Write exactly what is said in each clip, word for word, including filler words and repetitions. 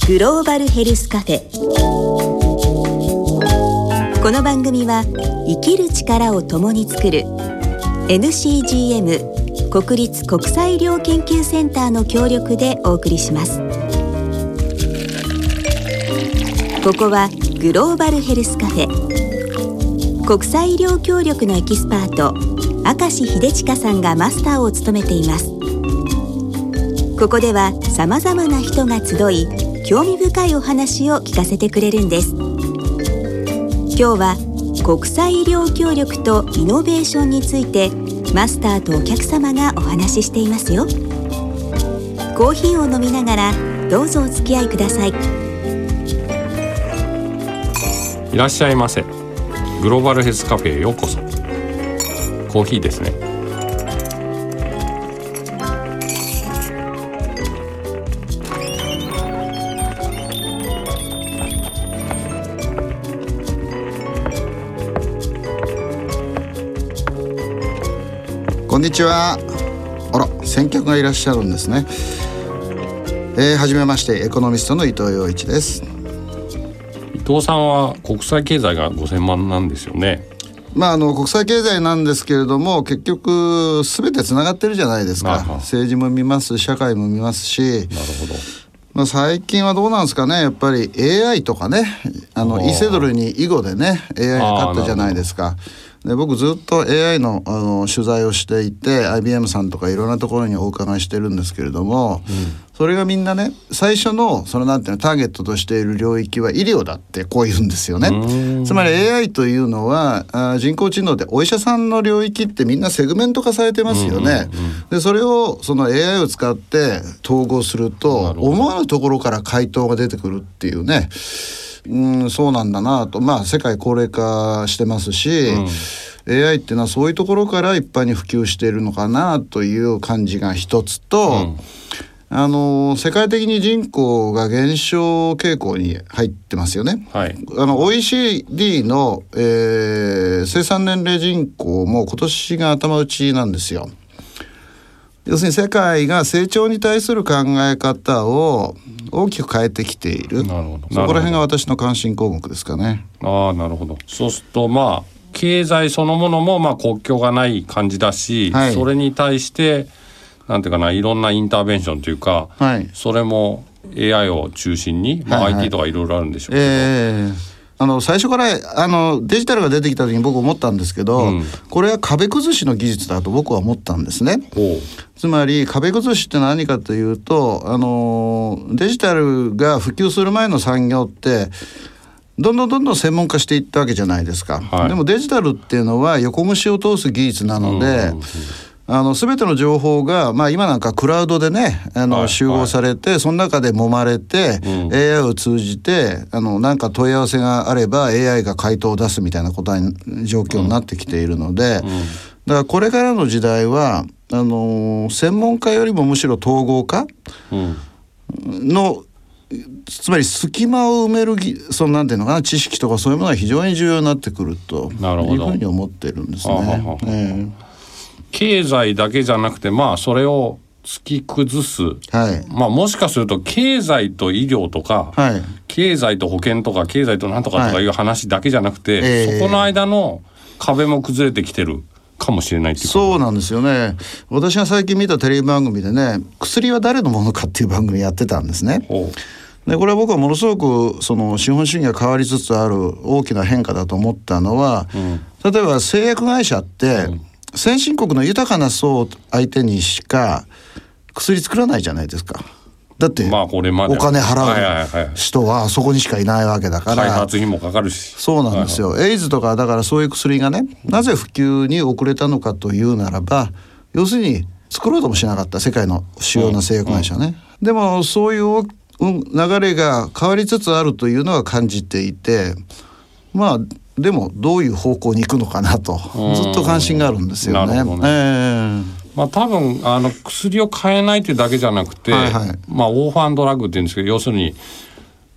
グローバルヘルスカフェ。この番組は生きる力を共に作る エヌシージーエム 国立国際医療研究センターの協力でお送りします。ここはグローバルヘルスカフェ。国際医療協力のエキスパート明石秀親さんがマスターを務めています。ここではさまざまな人が集い、興味深いお話を聞かせてくれるんです。今日は国際医療協力とイノベーションについてマスターとお客様がお話ししていますよ。コーヒーを飲みながらどうぞお付き合いください。 いらっしゃいませ。グローバルヘルスカフェへようこそ。コーヒーですね。 こんにちは。あら、先客がいらっしゃるんですね。えー、はじめまして、エコノミストの伊藤洋一です。 伊藤さんは国際経済がご専門なんですよね。 まあ、あの国際経済なんですけれども、結局全てつながってるじゃないですか。政治も見ます、社会も見ますし。なるほど。まあ、最近はどうなんですかね。やっぱり エーアイ とかね、あのイセドルに囲碁でね エーアイ が勝ったじゃないですか。で、僕ずっと エーアイ の、あの取材をしていて アイビーエム さんとかいろんなところにお伺いしてるんですけれども、うん、それがみんなね、最初のそのなんていうのターゲットとしている領域は医療だってこう言うんですよね。つまり エーアイ というのはあ人工知能でお医者さんの領域ってみんなセグメント化されてますよね、うんうんうん、でそれをその エーアイ を使って統合すると思わぬところから回答が出てくるっていうね。うん、そうなんだなと。まあ世界高齢化してますし、うん、エーアイ っていうのはそういうところから一般に普及しているのかなという感じが一つと、うん、あの世界的に人口が減少傾向に入ってますよね、はい、あの オーイーシーディー の、えー、生産年齢人口も今年が頭打ちなんですよ。要するに世界が成長に対する考え方を大きく変えてきている。なるほど。そこら辺が私の関心項目ですかね。 ああ、なるほど。そうするとまあ経済そのものもまあ国境がない感じだし、はい、それに対してなんていうかないろんなインターベンションというか、はい、それも エーアイ を中心に、まあはいはい、アイティー とかいろいろあるんでしょうけど、 えーあの最初からあのデジタルが出てきた時に僕思ったんですけど、うん、これは壁崩しの技術だと僕は思ったんですね。つまり壁崩しって何かというと、あのデジタルが普及する前の産業ってどんどんどんどん専門化していったわけじゃないですか、はい、でもデジタルっていうのは横串を通す技術なので、うんうんうん、あの全ての情報が、まあ、今なんかクラウドでねあの、はい、集合されて、はい、その中で揉まれて、うん、エーアイ を通じてあのなんか問い合わせがあれば エーアイ が回答を出すみたいなことに状況になってきているので、うんうん、だからこれからの時代はあの専門家よりもむしろ統合化の、うん、つまり隙間を埋めるそのなんていうのかな知識とかそういうものが非常に重要になってくるというふうに思っているんですね。はははえー経済だけじゃなくて、まあそれを突き崩す、はい、まあもしかすると経済と医療とか、はい、経済と保険とか経済となんとかとかいう話だけじゃなくて、はいえー、そこの間の壁も崩れてきてるかもしれないっていうこと。 そうなんですよね。私が最近見たテレビ番組でね、薬は誰のものかっていう番組やってたんですね。でこれは僕はものすごくその資本主義が変わりつつある大きな変化だと思ったのは、うん、例えば製薬会社って、うん先進国の豊かな層を相手にしか薬作らないじゃないですか。だってお金払う人はそこにしかいないわけだから、 開発費もかかるし。 そうなんですよ、はいはい、エイズとかだからそういう薬がねなぜ普及に遅れたのかというならば、要するに作ろうともしなかった世界の主要な製薬会社ね、うんうん、でもそういう流れが変わりつつあるというのは感じていて、まあでもどういう方向に行くのかなとずっと関心があるんですよね。なるほどね、えーまあ、多分あの薬を変えないというだけじゃなくて、はいはいまあ、オーファンドラッグっていうんですけど、要するに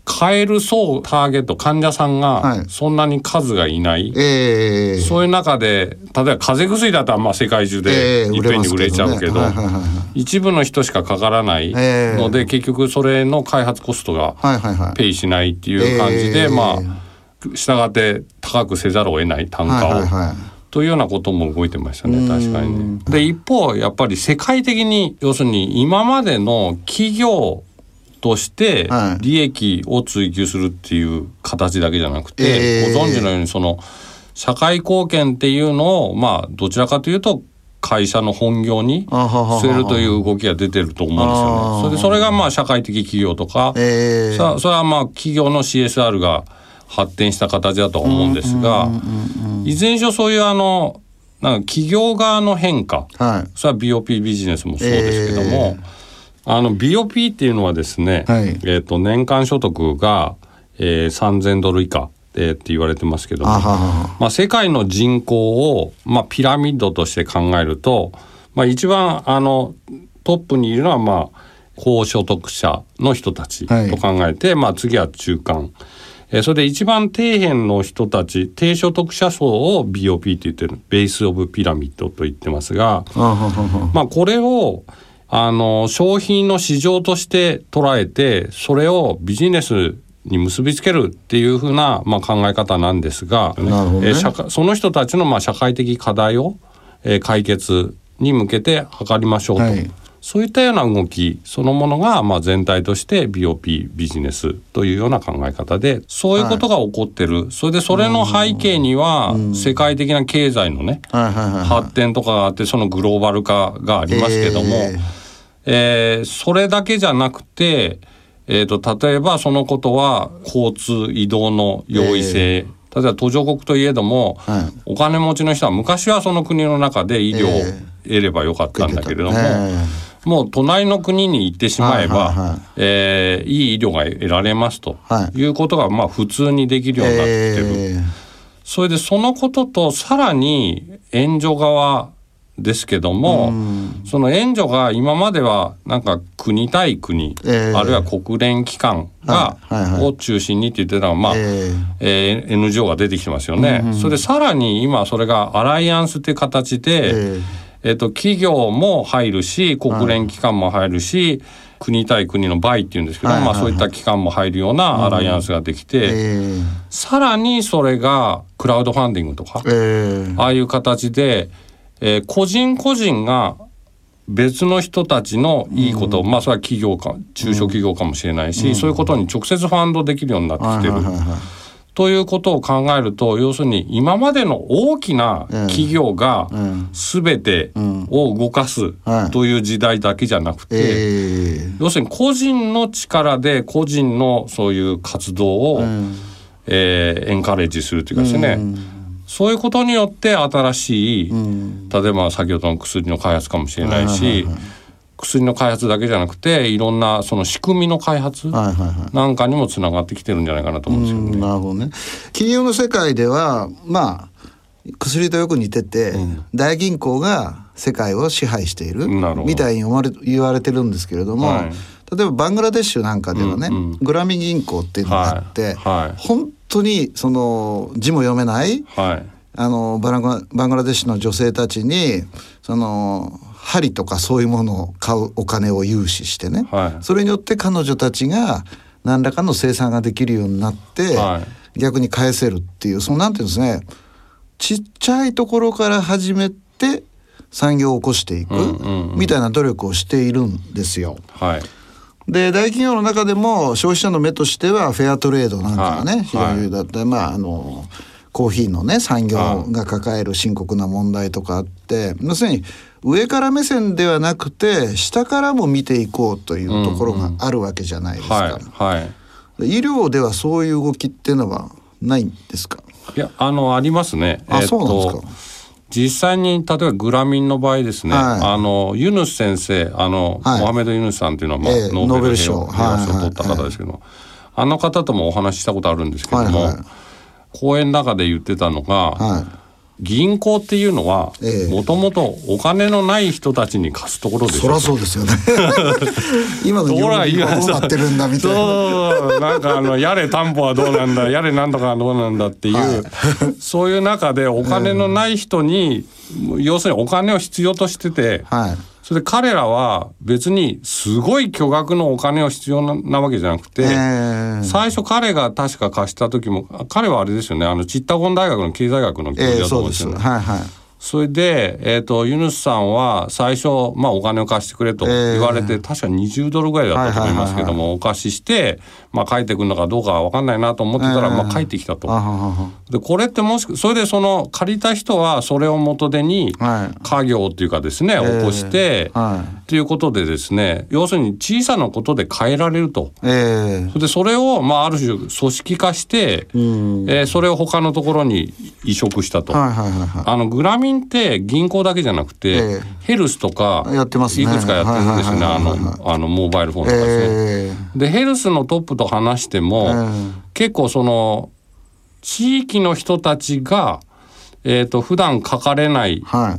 買える層ターゲット患者さんがそんなに数がいない、はいえー、そういう中で例えば風邪薬だったらまあ世界中でいっぺんに売れちゃうけど、えーねはいはいはい、一部の人しかかからないので、えー、結局それの開発コストがペイしないっていう感じで、はいはいはい、まあ従って高くせざるを得ない単価を、はいはいはいというようなことも動いてましたね確かにね。で一方やっぱり世界的に要するに今までの企業として利益を追求するっていう形だけじゃなくて、ご存知のようにその社会貢献っていうのをまあどちらかというと会社の本業に据えるという動きが出てると思うんですよね。それでそれがまあ社会的企業とか、さそれはまあ企業の シーエスアール が発展した形だと思うんですが、いずれにしろそういうあのなんか企業側の変化、はい、それは ビーオーピー ビジネスもそうですけども、えーあの ビーオーピー っていうのはですね、はいえー、と年間所得が、えー、さんぜんドル以下でって言われてますけども、あははまあ、世界の人口を、まあ、ピラミッドとして考えると、まあ、一番あのトップにいるのは、まあ、高所得者の人たちと考えて、はいまあ、次は中間、えー、それで一番底辺の人たち低所得者層を ビーオーピー って言ってるベースオブピラミッドと言ってますが、あははまあ、これをあの商品の市場として捉えてそれをビジネスに結びつけるっていう風な、まあ、考え方なんですが、ねえー、社会その人たちの、まあ、社会的課題を、えー、解決に向けて図りましょうと、はい、そういったような動きそのものが、まあ、全体として ビーオーピー ビジネスというような考え方でそういうことが起こってる、はい、それでそれの背景には世界的な経済のね、発展とかがあってそのグローバル化がありますけども、えーえー、それだけじゃなくて、えーと、例えばそのことは交通移動の容易性、えー、例えば途上国といえども、はい、お金持ちの人は昔はその国の中で医療を得ればよかったんだけれども、えー、もう隣の国に行ってしまえば、はいはいはいえー、いい医療が得られますということがまあ普通にできるようになってる、えー、それでそのこととさらに援助側ですけども、その援助が今まではなんか国対国、えー、あるいは国連機関が、はいはいはい、を中心にって言ってたのは、まあえーえー、エヌジーオー が出てきてますよね、うんうん、それでさらに今それがアライアンスっていう形で、えーえー、と企業も入るし国連機関も入るし、はい、国対国のバイっていうんですけど、はいはいはいまあ、そういった機関も入るようなアライアンスができて、うんえー、さらにそれがクラウドファンディングとか、えー、ああいう形でえー、個人個人が別の人たちのいいことを、うん、まあそれは企業か中小企業かもしれないし、うん、そういうことに直接ファンドできるようになってきてる、はいはいはいはい、ということを考えると要するに今までの大きな企業が全てを動かすという時代だけじゃなくて、えー、要するに個人の力で個人のそういう活動を、うんえー、エンカレッジするというかですね、うんそういうことによって新しい、うん、例えば先ほどの薬の開発かもしれないし、はいはいはい、薬の開発だけじゃなくていろんなその仕組みの開発なんかにもつながってきてるんじゃないかなと思うんですよね。 うんなるほどね。金融の世界ではまあ薬とよく似てて、うん、大銀行が世界を支配しているみたいに思われ言われてるんですけれども、はい、例えばバングラデシュなんかではね、うんうん、グラミ銀行っていうのがあって、はいはい、本当にその字も読めない、はい、あのバングラ、バングラデシュの女性たちにその針とかそういうものを買うお金を融資してね、はい、それによって彼女たちが何らかの生産ができるようになって、はい、逆に返せるっていうそのなんていうんですねちっちゃいところから始めて産業を起こしていくみたいな努力をしているんですよ、はい、で大企業の中でも消費者の目としてはフェアトレードなんかがね、はい、非常にだって、はい、まああのコーヒーのね産業が抱える深刻な問題とかあって要するに上から目線ではなくて下からも見ていこうというところがあるわけじゃないですか、うんうんはいはい、医療ではそういう動きっていうのはないんですか？ いやあのありますね。 あ、えー、そうなんですか。 実際に例えばグラミンの場合ですね、はい、あのユヌス先生あの、はい、モハメド・ユヌスさんというのは、まあえー、ノーベル平和賞を取った方ですけど、はいはいはい、あの方ともお話ししたことあるんですけども、はいはい、講演の中で言ってたのが、はい、 銀行っていうのはもともとお金のない人たちに貸すところでしょ。 そりゃそうですよね今の日本はどうなってるんだみたいなそうなんかあのやれ担保はどうなんだやれなんとかはどうなんだっていう、はい、そういう中でお金のない人に、うん、要するにお金を必要としてて、はい、それで彼らは別にすごい巨額のお金を必要 な, なわけじゃなくて、えー、最初彼が確か貸した時も彼はあれですよね、あのチッタゴン大学の経済学の教授だと思うんですよね、えー、そうです、はいはい。それで、えーと、ユヌスさんは最初、まあ、お金を貸してくれと言われて、えー、確かにじゅうドルぐらいだったと思いますけども、はいはいはいはい、お貸しして、まあ、帰ってくるのかどうかは分かんないなと思ってたら、えーまあ、帰ってきたと。でこれってもしそれでその借りた人はそれを元手に家業っていうかですね、はい、起こして、えーはい、ということでですね、要するに小さなことで変えられると、えー、それでそれを、まあ、ある種組織化して、うんえー、それを他のところに移植したと、はいはいはいはい、あのグラミンって銀行だけじゃなくて、えー、ヘルスとかやってますね、 いくつかやってるんですよね、あの、あのモバイルフォンとかですね、えー、でヘルスのトップと話しても、えー、結構その地域の人たちが、えーと、普段かかれない、はい、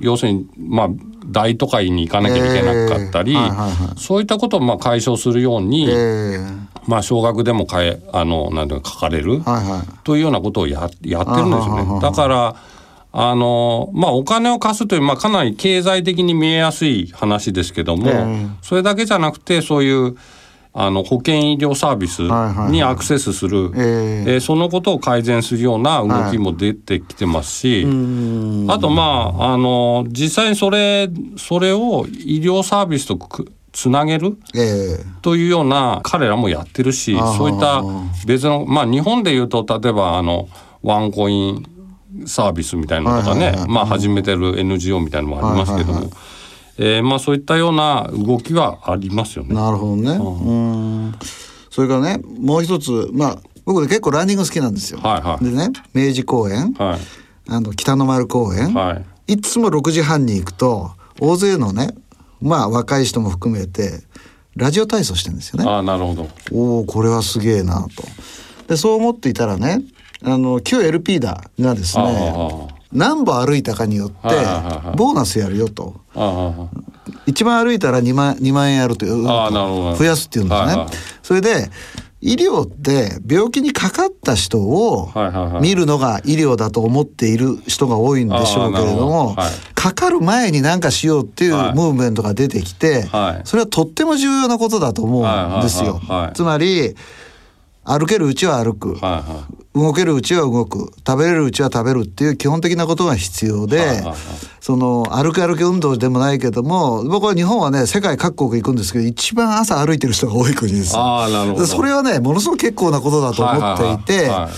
要するにまあ大都会に行かなきゃいけなかったり、えーはいはいはい、そういったことをまあ解消するように、えーまあ、少額でもかえあのなんていうかかかれる、はいはい、というようなことを や, やってるんですよね。だからあのまあ、お金を貸すという、まあ、かなり経済的に見えやすい話ですけども、えー、それだけじゃなくてそういうあの保険医療サービスにアクセスする、はいはいはいえーえー、そのことを改善するような動きも出てきてますし、はい、あとまあ、あの実際にそれ、それを医療サービスとくつなげる、えー、というような彼らもやってるし、そういった別の、まあ、日本でいうと例えばあのワンコインサービスみたいなのとかね、はいはいはい、まあ、始めてる エヌジーオー みたいなのもありますけども、はいはいはい、えー、まあそういったような動きはありますよね。 なるほどね、うん、うんそれからねもう一つ、まあ僕結構ランニング好きなんですよ、はいはい、でね明治公園、はい、あの北の丸公園、はい、いつもろくじはんに行くと大勢のねまあ若い人も含めてラジオ体操してるんですよね。 ああなるほど。 おおこれはすげえなと。でそう思っていたらねあの旧 エルピー だがですね何歩歩いたかによってボーナスやるよと。一番歩いたら2万、にまん円やるという増やすっていうんですね、はいはい、それで医療って病気にかかった人を見るのが医療だと思っている人が多いんでしょうけれども、はい、かかる前に何かしようっていうムーブメントが出てきて、はい、それはとっても重要なことだと思うんですよ、はいはいはいはい、つまり歩けるうちは歩く、はいはい、動けるうちは動く、食べれるうちは食べるっていう基本的なことが必要で、はいはいはい、その歩き歩き運動でもないけども僕は日本はね世界各国行くんですけど一番朝歩いてる人が多い国です。 あ、なるほど。 それはねものすごく結構なことだと思っていて、はいはいはいはい、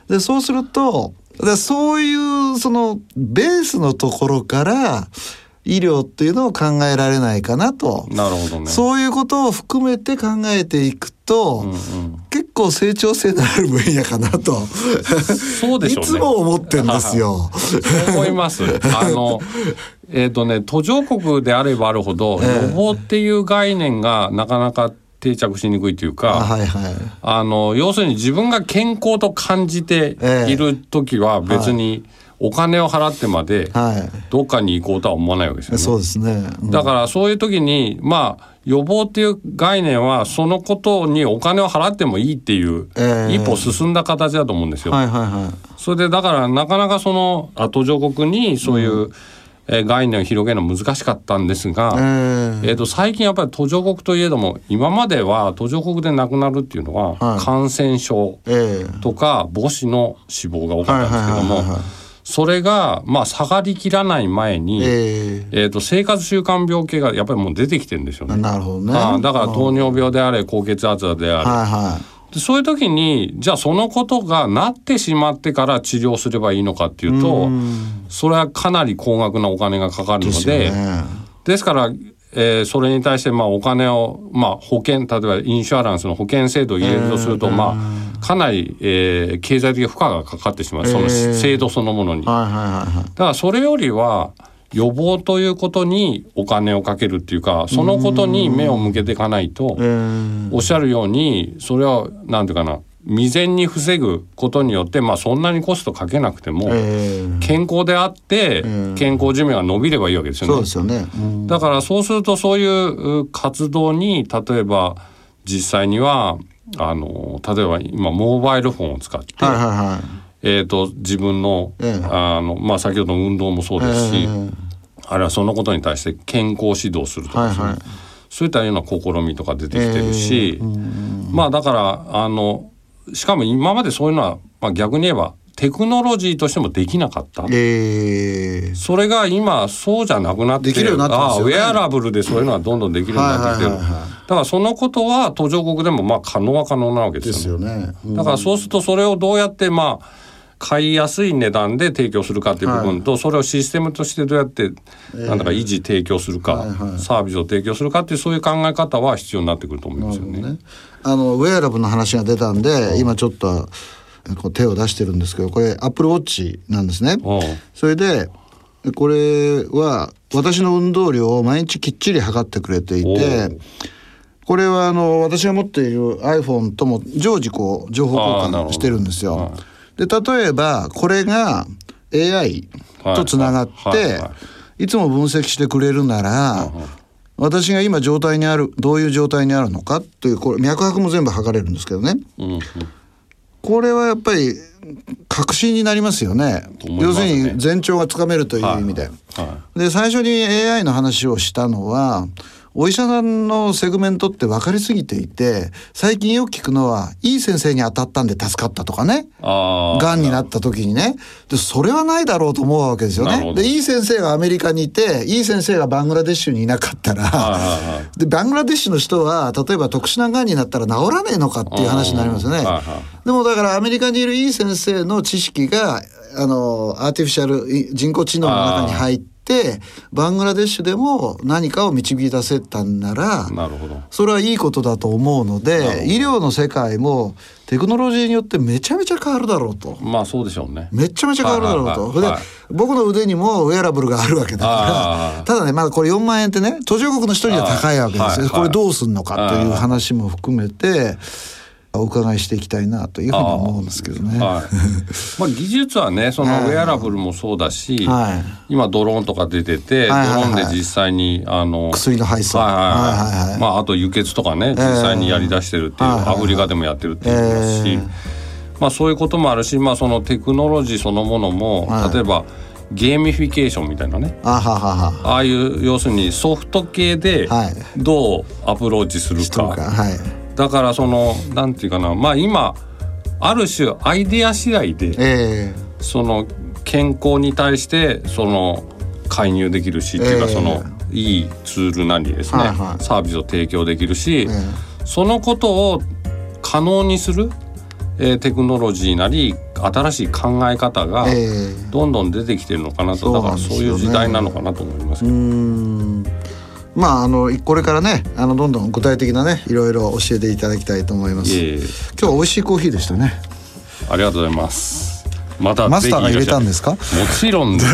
でそうするとでそういうそのベースのところから医療っていうのを考えられないかなと。 なるほどね。 そういうことを含めて考えていくと、うんうん、結構成長性のある分野かなとそうでしょうね。 いつも思ってんですよそう思いますあのえっ、ー、とね途上国であればあるほど、えー、予防っていう概念がなかなか定着しにくいというか、あ、はいはい、あの要するに自分が健康と感じている時は別に、えーはいお金を払ってまでどっかに行こうとは思わないわけですよね、はい、そうですね、うん、だからそういう時にまあ予防っていう概念はそのことにお金を払ってもいいっていう、えー、一歩進んだ形だと思うんですよ、はいはいはい、それでだからなかなかその途上国にそういう、うんえー、概念を広げるのは難しかったんですが、えーえー、と最近やっぱり途上国といえども今までは途上国で亡くなるっていうのは、はい、感染症とか母子の死亡が多かったんですけども、はいはいはいはい、それがまあ下がりきらない前に、えーえー、と生活習慣病系がやっぱりもう出てきてるんですよね。 なるほどね。 あだから糖尿病であれ高血圧であれ、はいはい、でそういう時にじゃあそのことがなってしまってから治療すればいいのかっていうと、それはかなり高額なお金がかかるの で, です、ね、ですから、えー、それに対してまあお金を、まあ、保険例えばインシュアランスの保険制度を入れるとすると、えーまあ、かなり、えー、経済的負荷がかかってしまう、その制度そのものに、えーはいはいはい、だからそれよりは予防ということにお金をかけるっていうかそのことに目を向けていかないと、おっしゃるようにそれはなんていうかな未然に防ぐことによって、まあ、そんなにコストかけなくても健康であって健康寿命が伸びればいいわけですよね。 そうですよね、うん、 だからそうするとそういう活動に例えば実際にはあの例えば今モバイルフォンを使って、はいはいはい、えーと、自分の、ええあのまあ、先ほどの運動もそうですし、ええ、あるいはそのことに対して健康指導するとかですね、はいはい、そういったような試みとか出てきてるし、えー、まあだからあのしかも今までそういうのは、まあ、逆に言えばテクノロジーとしてもできなかった、えー、それが今そうじゃなくなってできるようになってますよね。 あウェアラブルでそういうのはどんどんできるようになってきてる、はいはいはいはい、だからそのことは途上国でもまあ可能は可能なわけですよね。ですよね、うん、だからそうするとそれをどうやってまあ買いやすい値段で提供するかっていう部分と、はい、それをシステムとしてどうやってなんだか維持提供するか、えーはいはい、サービスを提供するかっていうそういう考え方は必要になってくると思いますよね。 ねあのウェアラブルの話が出たんで、うん、今ちょっとこう手を出してるんですけど、これアップルウォッチなんですね。それでこれは私の運動量を毎日きっちり測ってくれていて、これはあの私が持っている iPhone とも常時こう情報交換してるんですよ。で例えばこれが エーアイ とつながって、はいはいはい、いつも分析してくれるなら、はいはい、私が今状態にあるどういう状態にあるのかというこれ脈拍も全部測れるんですけどね、うんうん、これはやっぱり確信になりますよね。要するに前兆がつかめるという意味で、はいはい、で最初に エーアイ の話をしたのはお医者さんのセグメントって分かりすぎていて、最近よく聞くのはいい先生に当たったんで助かったとかね、がんになった時にね、でそれはないだろうと思うわけですよね。でいい先生がアメリカにいていい先生がバングラデシュにいなかったらでバングラデシュの人は例えば特殊ながんになったら治らねえのかっていう話になりますよね。でもだからアメリカにいるいい先生の知識があのアーティフィシャル人工知能の中に入ってでバングラデシュでも何かを導き出せたんならなるほどそれはいいことだと思うので、医療の世界もテクノロジーによってめちゃめちゃ変わるだろうと。 まあそうでしょうね。 めちゃめちゃ変わるだろうと、はいはいはいはい、で僕の腕にもウェアラブルがあるわけだからただねまだこれよんまんえんってね途上国の人には高いわけですよ、はいはい、これどうすんのかという話も含めてお伺いしていきたいなというふうに思うんですけどね。 はいまあ、技術はねそのウェアラブルもそうだし、はい、今ドローンとか出てて、はいはいはい、ドローンで実際にあの薬の配送、 はいはいはいはい、まあ、あと輸血とかね実際にやりだしてるっていう、えー、アフリカでもやってるって言いますし、えーまあ、そういうこともあるし、まあ、そのテクノロジーそのものも、はい、例えばゲーミフィケーションみたいなね、あはははああいう要するにソフト系でどうアプローチするか、はい、だからそのなんていうかな、まあ今ある種アイデア次第で、えー、その健康に対してその介入できるし、えー、っていうかそのいいツールなりですね、はいはい、サービスを提供できるし、えー、そのことを可能にする、えー、テクノロジーなり新しい考え方がどんどん出てきてるのかなと、えー、だからそういう時代なのかなと思いますけど。うーんまあ、あのこれからねあのどんどん具体的なねいろいろ教えていただきたいと思います。今日は美味しいコーヒーでしたね。 ありがとうございます。またマスターが入れたんですか？ もちろんです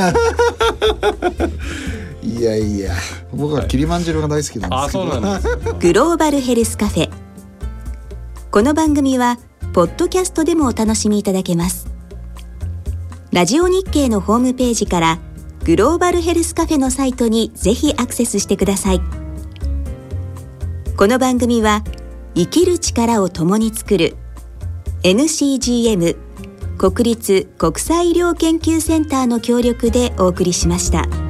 いやいや僕はキリマンジャロが大好きなんですけど、はい、あそうなんですグローバルヘルスカフェ。この番組はポッドキャストでもお楽しみいただけます。ラジオ日経のホームページからグローバルヘルスカフェのサイトにぜひアクセスしてください。この番組は生きる力を共に作る エヌシージーエム 国立国際医療研究センターの協力でお送りしました。